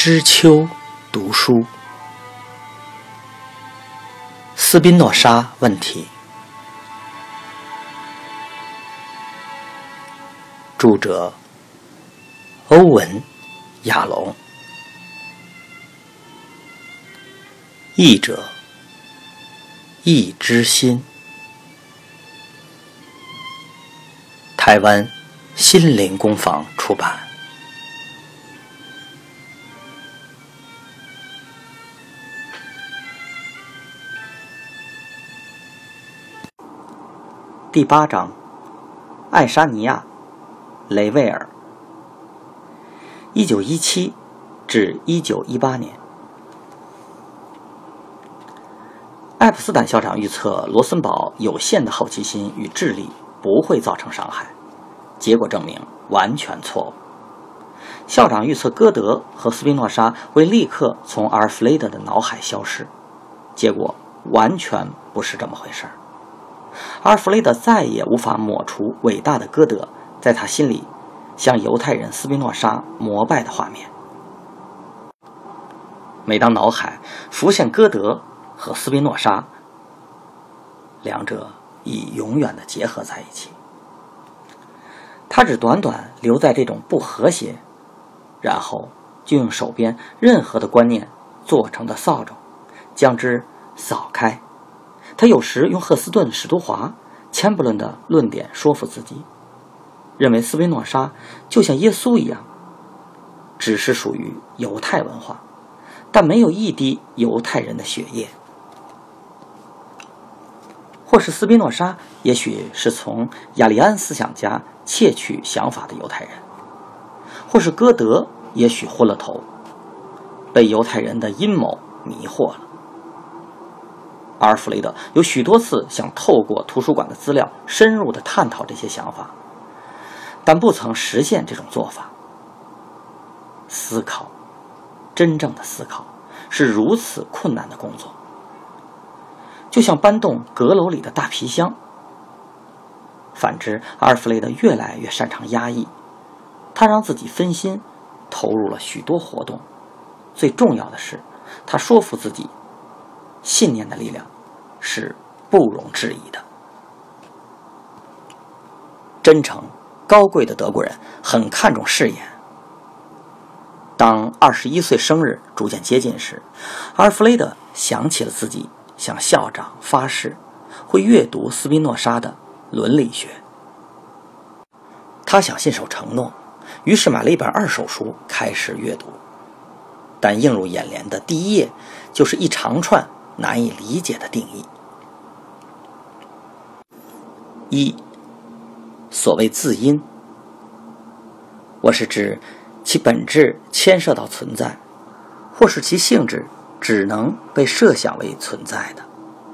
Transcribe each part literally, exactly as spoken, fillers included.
知秋读书，斯宾诺莎问题。著者欧文·亚龙，译者易之心，台湾心灵工坊出版。第八章，爱沙尼亚，雷维尔，一九一七至一九一八年。爱普斯坦校长预测罗森堡有限的好奇心与智力不会造成伤害，结果证明完全错误。校长预测歌德和斯宾诺莎会立刻从阿尔弗雷德的脑海消失，结果完全不是这么回事。阿尔弗雷德再也无法抹除伟大的歌德在他心里向犹太人斯宾诺莎膜拜的画面。每当脑海浮现歌德和斯宾诺莎，两者已永远地结合在一起。他只短短留在这种不和谐，然后就用手边任何的观念做成的扫帚将之扫开。他有时用赫斯顿、史都华、钱伯伦的论点说服自己，认为斯宾诺莎就像耶稣一样，只是属于犹太文化，但没有一滴犹太人的血液。或是斯宾诺莎也许是从雅利安思想家窃取想法的犹太人，或是歌德也许昏了头，被犹太人的阴谋迷惑了。阿尔弗雷德有许多次想透过图书馆的资料深入地探讨这些想法，但不曾实现这种做法。思考，真正的思考是如此困难的工作，就像搬动阁楼里的大皮箱。反之，阿尔弗雷德越来越擅长压抑，他让自己分心，投入了许多活动。最重要的是，他说服自己，信念的力量是不容置疑的。真诚高贵的德国人很看重誓言。当二十一岁生日逐渐接近时，阿尔弗雷德想起了自己向校长发誓会阅读斯宾诺莎的伦理学。他想信守承诺，于是买了一本二手书开始阅读，但映入眼帘的第一页就是一长串难以理解的定义。一，所谓字音，我是指其本质牵涉到存在，或是其性质只能被设想为存在的。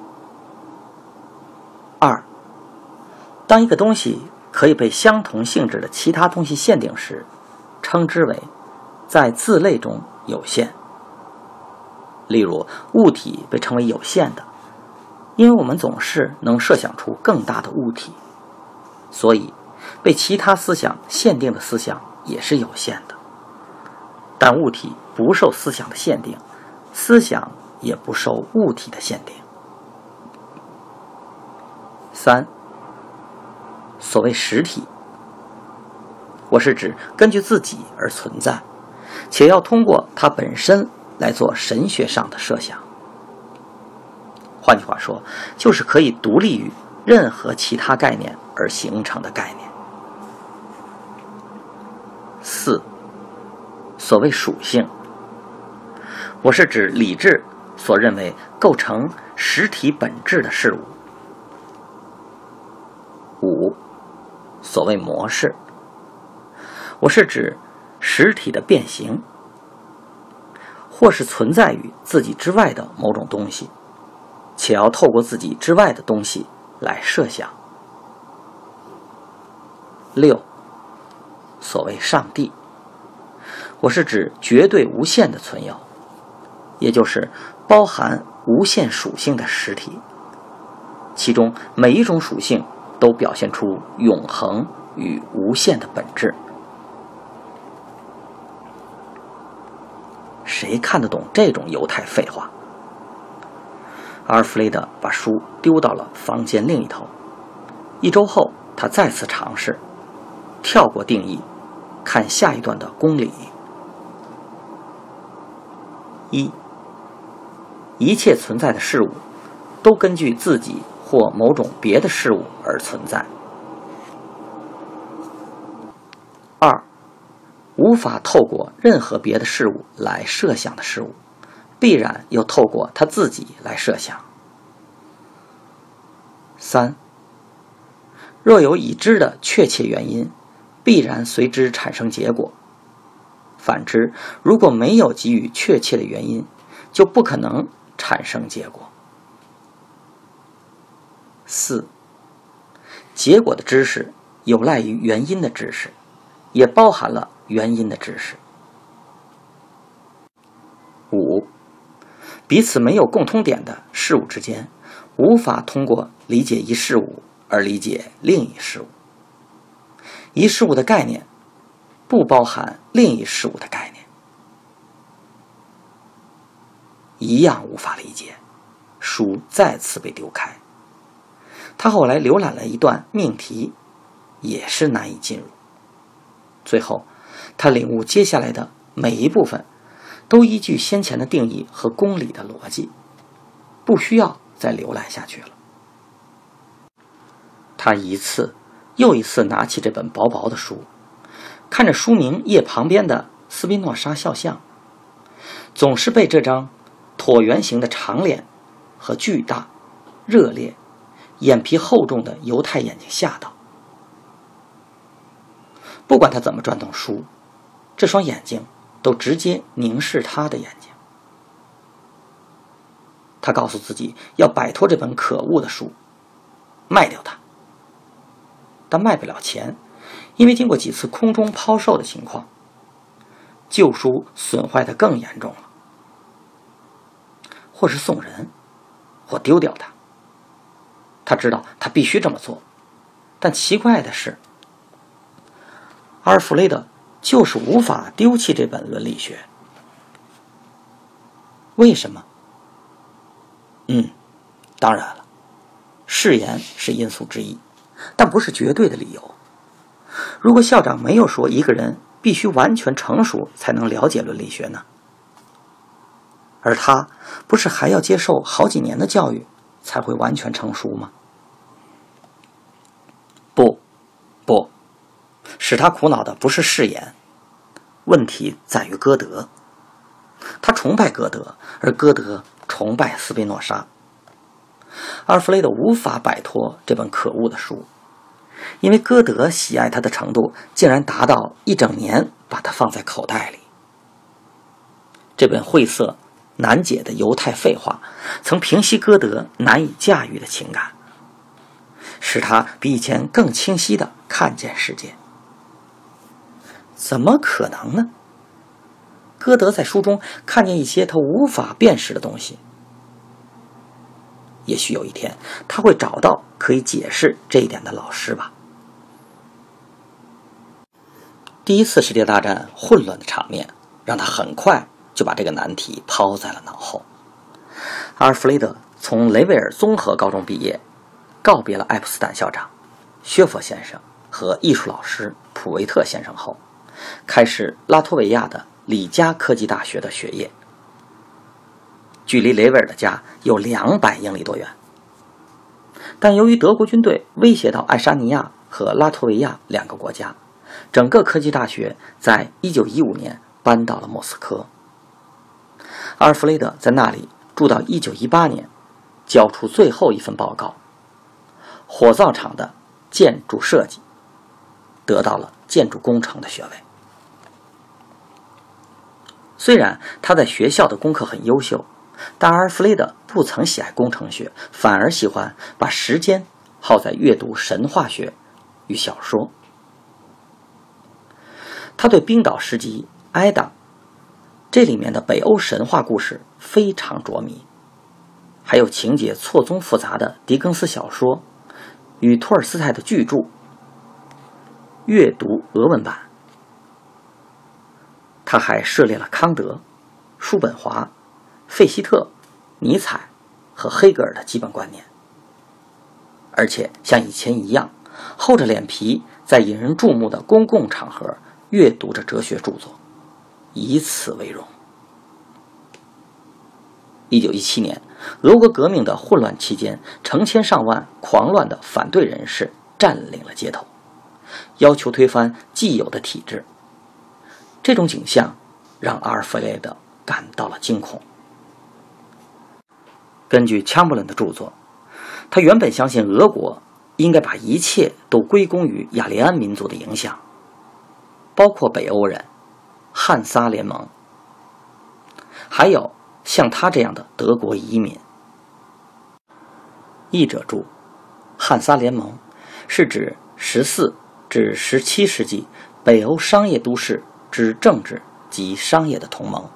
二，当一个东西可以被相同性质的其他东西限定时，称之为在字类中有限。例如，物体被称为有限的，因为我们总是能设想出更大的物体，所以被其他思想限定的思想也是有限的。但物体不受思想的限定，思想也不受物体的限定。三，所谓实体，我是指根据自己而存在，且要通过它本身来做神学上的设想。换句话说，就是可以独立于任何其他概念而形成的概念。四，所谓属性，我是指理智所认为构成实体本质的事物。五，所谓模式，我是指实体的变形，或是存在于自己之外的某种东西，且要透过自己之外的东西来设想。六，所谓上帝，我是指绝对无限的存有，也就是包含无限属性的实体，其中每一种属性都表现出永恒与无限的本质。 谁看得懂这种犹太废话？阿尔弗雷德把书丢到了房间另一头。一周后，他再次尝试跳过定义，看下一段的公理。一，一切存在的事物都根据自己或某种别的事物而存在。二，无法透过任何别的事物来设想的事物，必然又透过他自己来设想。三，若有已知的确切原因，必然随之产生结果。反之，如果没有给予确切的原因，就不可能产生结果。四，结果的知识有赖于原因的知识，也包含了原因的知识。五，彼此没有共通点的事物之间，无法通过理解一事物而理解另一事物。一事物的概念不包含另一事物的概念，一样无法理解。书再次被丢开。他后来浏览了一段命题，也是难以进入。最后，他领悟接下来的每一部分都依据先前的定义和公理的逻辑，不需要再浏览下去了。他一次又一次拿起这本薄薄的书，看着书名页旁边的斯宾诺莎肖像，总是被这张椭圆形的长脸和巨大、热烈、眼皮厚重的犹太眼睛吓到。不管他怎么转动书，这双眼睛都直接凝视他的眼睛。他告诉自己要摆脱这本可恶的书，卖掉它。但卖不了钱，因为经过几次空中抛售的情况，旧书损坏得更严重了。或是送人，或丢掉它。他知道他必须这么做，但奇怪的是，阿尔弗雷德就是无法丢弃这本伦理学。为什么？嗯，当然了，誓言是因素之一，但不是绝对的理由。如果校长没有说一个人必须完全成熟才能了解伦理学呢？而他不是还要接受好几年的教育才会完全成熟吗？不，不，使他苦恼的不是誓言，问题在于歌德。他崇拜歌德，而歌德崇拜斯宾诺莎。阿尔弗雷德无法摆脱这本可恶的书，因为歌德喜爱他的程度竟然达到一整年把它放在口袋里。这本晦涩难解的犹太废话曾平息歌德难以驾驭的情感，使他比以前更清晰地看见世界。怎么可能呢？歌德在书中看见一些他无法辨识的东西。也许有一天他会找到可以解释这一点的老师吧。第一次世界大战混乱的场面让他很快就把这个难题抛在了脑后。阿尔弗雷德从雷维尔综合高中毕业，告别了爱普斯坦校长、薛佛先生和艺术老师普维特先生后，开始拉脱维亚的里加科技大学的学业。距离雷维尔的家有两百英里多远，但由于德国军队威胁到爱沙尼亚和拉脱维亚两个国家，整个科技大学在一九一五年搬到了莫斯科。阿尔弗雷德在那里住到一九一八年，交出最后一份报告，火葬场的建筑设计，得到了建筑工程的学位。虽然他在学校的功课很优秀，但阿尔弗雷德不曾喜爱工程学，反而喜欢把时间耗在阅读神话学与小说。他对冰岛诗集《艾达》这里面的北欧神话故事非常着迷，还有情节错综复杂的狄更斯小说与托尔斯泰的巨著阅读俄文版。他还涉猎了康德、 叔本华、费希特、尼采和黑格尔的基本观念，而且像以前一样，厚着脸皮在引人注目的公共场合阅读着哲学著作，以此为荣。一九一七年，俄国革命的混乱期间，成千上万狂乱的反对人士占领了街头，要求推翻既有的体制。这种景象让阿尔弗雷德感到了惊恐。根据枪伯伦的著作，他原本相信俄国应该把一切都归功于雅利安民族的影响，包括北欧人、汉萨联盟，还有像他这样的德国移民。译者注：汉萨联盟是指十四至十七世纪北欧商业都市之政治及商业的同盟。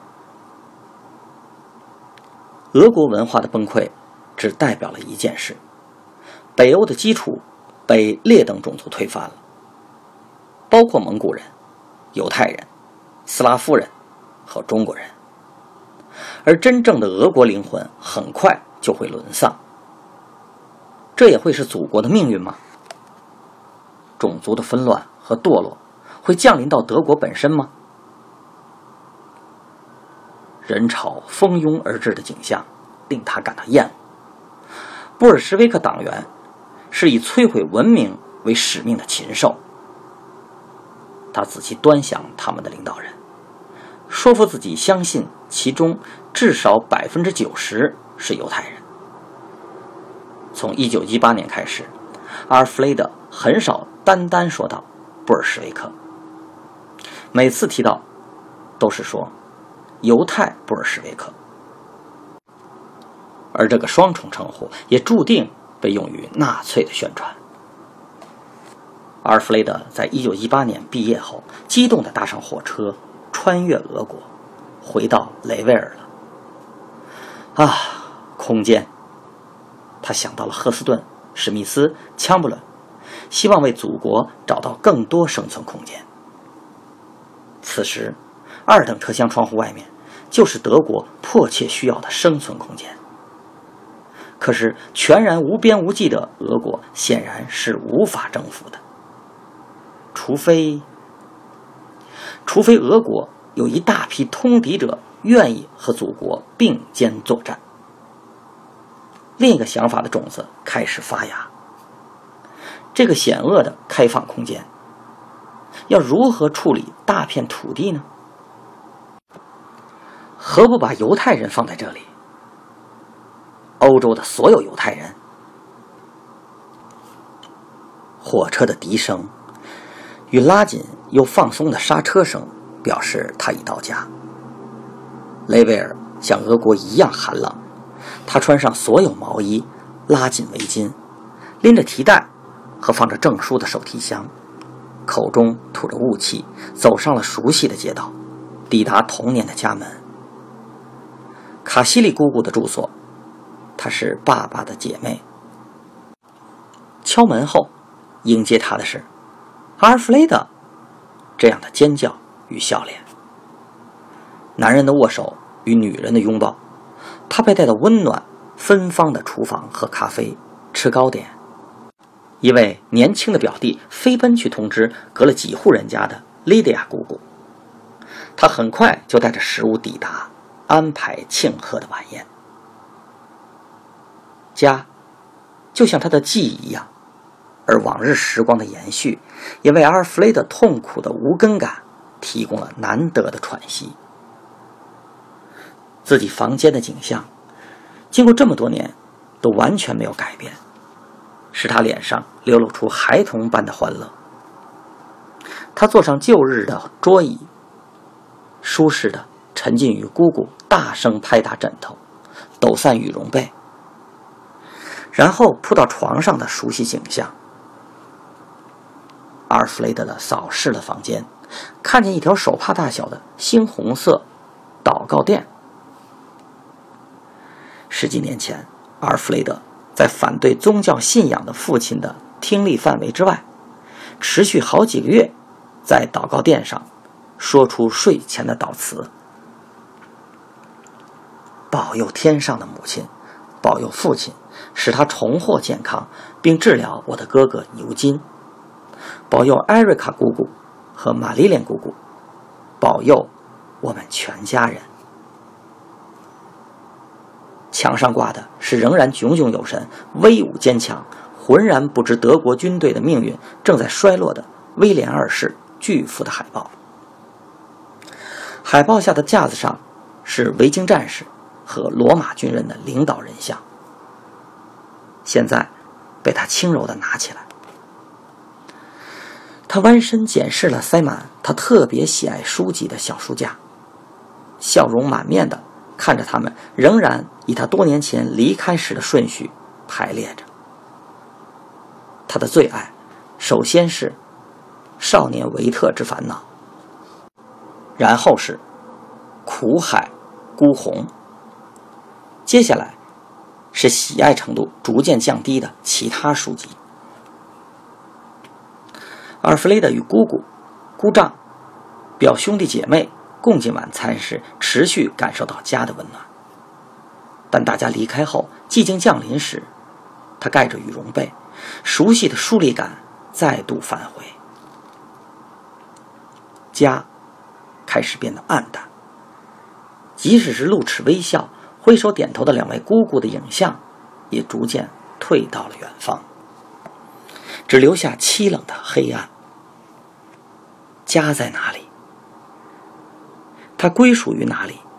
俄国文化的崩溃只代表了一件事：北欧的基础被劣等种族推翻了，包括蒙古人、犹太人、斯拉夫人和中国人。而真正的俄国灵魂很快就会沦丧。这也会是祖国的命运吗？种族的纷乱和堕落会降临到德国本身吗？人潮蜂拥而至的景象令他感到厌恶。布尔什维克党员是以摧毁文明为使命的禽兽。他仔细端详他们的领导人，说服自己相信其中至少百分之九十是犹太人。从一九一八年开始，阿尔弗雷德很少单单说到布尔什维克，每次提到都是说犹太布尔什维克，而这个双重称呼也注定被用于纳粹的宣传。阿尔弗雷德在一九一八年毕业后，激动地搭上火车，穿越俄国，回到雷维尔了。啊，空间！他想到了赫斯顿、史密斯、枪伯伦，希望为祖国找到更多生存空间。此时，二等车厢窗户外面就是德国迫切需要的生存空间。可是，全然无边无际的俄国显然是无法征服的，除非，除非俄国有一大批通敌者愿意和祖国并肩作战。另一个想法的种子开始发芽。这个险恶的开放空间要如何处理大片土地呢？何不把犹太人放在这里？欧洲的所有犹太人。火车的笛声与拉紧又放松的刹车声表示他已到家。雷维尔像俄国一样寒冷，他穿上所有毛衣，拉紧围巾，拎着提袋和放着证书的手提箱，口中吐着雾气，走上了熟悉的街道，抵达童年的家门。卡西里姑姑的住所，她是爸爸的姐妹。敲门后，迎接他的是阿尔弗雷德这样的尖叫与笑脸。男人的握手与女人的拥抱，他被带到温暖芬芳的厨房喝咖啡吃糕点。一位年轻的表弟飞奔去通知隔了几户人家的莉迪亚姑姑，他很快就带着食物抵达，安排庆贺的晚宴。家就像他的记忆一样，而往日时光的延续也为阿尔弗雷德痛苦的无根感提供了难得的喘息。自己房间的景象经过这么多年都完全没有改变，使他脸上流露出孩童般的欢乐。他坐上旧日的桌椅，舒适的沉浸于姑姑大声拍打枕头、抖散羽绒被，然后扑到床上的熟悉景象。阿尔弗雷德的扫视了房间，看见一条手帕大小的猩红色祷告垫。十几年前，阿尔弗雷德在反对宗教信仰的父亲的听力范围之外，持续好几个月在祷告垫上说出睡前的祷词。 保佑天上的母亲，保佑父亲，使他重获健康，并治疗我的哥哥牛金，保佑艾瑞卡姑姑和玛丽莲姑姑，保佑我们全家人。墙上挂的是仍然炯炯有神、威武坚强、浑然不知德国军队的命运正在衰落的威廉二世巨幅的海报。海报下的架子上是维京战士和罗马军人的领导人像，现在被他轻柔地拿起来。他弯身检视了塞满他特别喜爱书籍的小书架，笑容满面地看着他们仍然以他多年前离开时的顺序排列着。他的最爱首先是少年维特之烦恼，然后是苦海孤鸿，接下来是喜爱程度逐渐降低的其他书籍。阿尔弗雷德与姑姑、姑丈、表兄弟姐妹共进晚餐时，持续感受到家的温暖。但大家离开后，寂静降临时，他盖着羽绒被，熟悉的疏离感再度返回。家开始变得暗淡，即使是露齿微笑、挥手点头的两位姑姑的影像，也逐渐退到了远方，只留下凄冷的黑暗。家在哪里？它归属于哪里？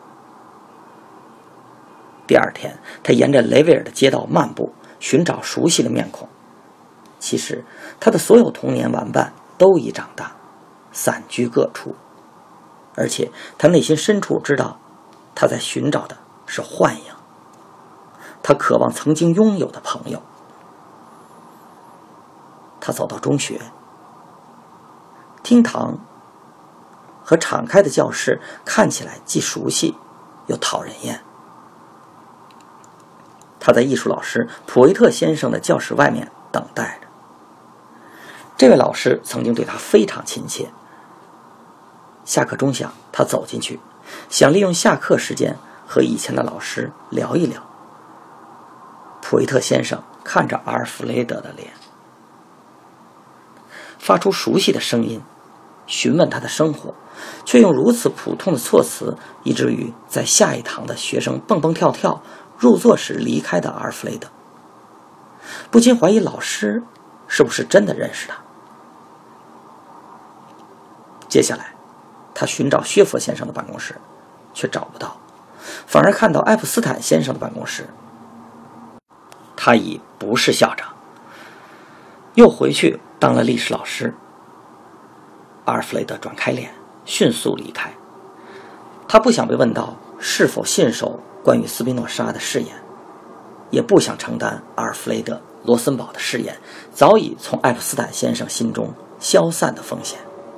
第二天，他沿着雷维尔的街道漫步，寻找熟悉的面孔。其实，他的所有童年玩伴都已长大，散居各处，而且他内心深处知道，他在寻找的是幻影。他渴望曾经拥有的朋友。他走到中学，厅堂和敞开的教室看起来既熟悉又讨人厌。他在艺术老师普维特先生的教室外面等待着。这位老师曾经对他非常亲切。下课钟响，他走进去，想利用下课时间和以前的老师聊一聊。普维特先生看着阿尔弗雷德的脸，发出熟悉的声音，询问他的生活，却用如此普通的措辞，以至于在下一堂的学生蹦蹦跳跳入座时离开的阿尔弗雷德不禁怀疑老师是不是真的认识他。接下来他寻找薛佛先生的办公室，却找不到，反而看到爱普斯坦先生的办公室。他已不是校长，又回去当了历史老师。阿尔弗雷德转开脸，迅速离开。他不想被问到是否信守关于斯宾诺莎的誓言，也不想承担阿尔弗雷德·罗森堡的誓言早已从爱普斯坦先生心中消散的风险。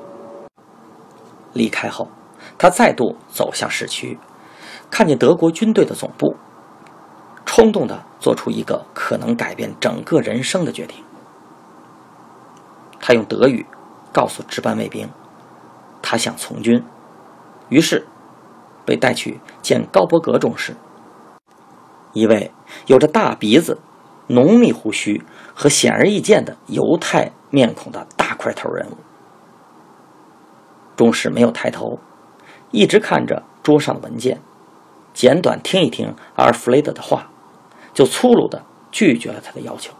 离开后，他再度走向市区，看见德国军队的总部，冲动地做出一个可能改变整个人生的决定。他用德语告诉值班卫兵，他想从军，于是被带去见高伯格中士，一位有着大鼻子、浓密胡须和显而易见的犹太面孔的大块头人物。中士没有抬头，一直看着桌上的文件，简短听一听阿尔弗雷德的话，就粗鲁地拒绝了他的要求。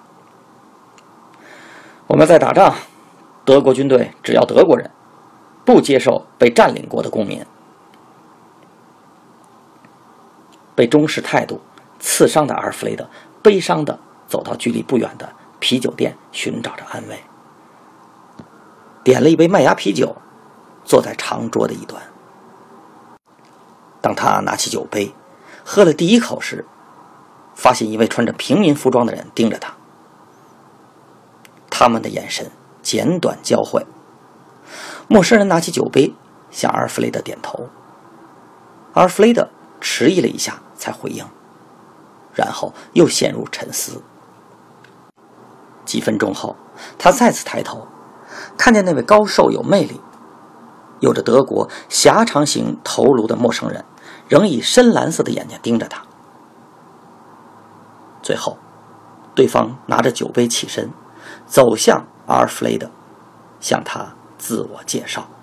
我们在打仗，德国军队只要德国人，不接受被占领过的公民。被中士态度刺伤的阿尔弗雷德悲伤地走到距离不远的啤酒店，寻找着安慰，点了一杯麦芽啤酒，坐在长桌的一端。当他拿起酒杯喝了第一口时，发现一位穿着平民服装的人盯着他，他们的眼神简短交汇。陌生人拿起酒杯向阿尔弗雷德点头，阿尔弗雷德迟疑了一下才回应，然后又陷入沉思。几分钟后，他再次抬头，看见那位高瘦有魅力、有着德国狭长型头颅的陌生人， 仍以深蓝色的眼睛盯着他。最后，对方拿着酒杯起身，走向阿尔弗雷德，向他自我介绍。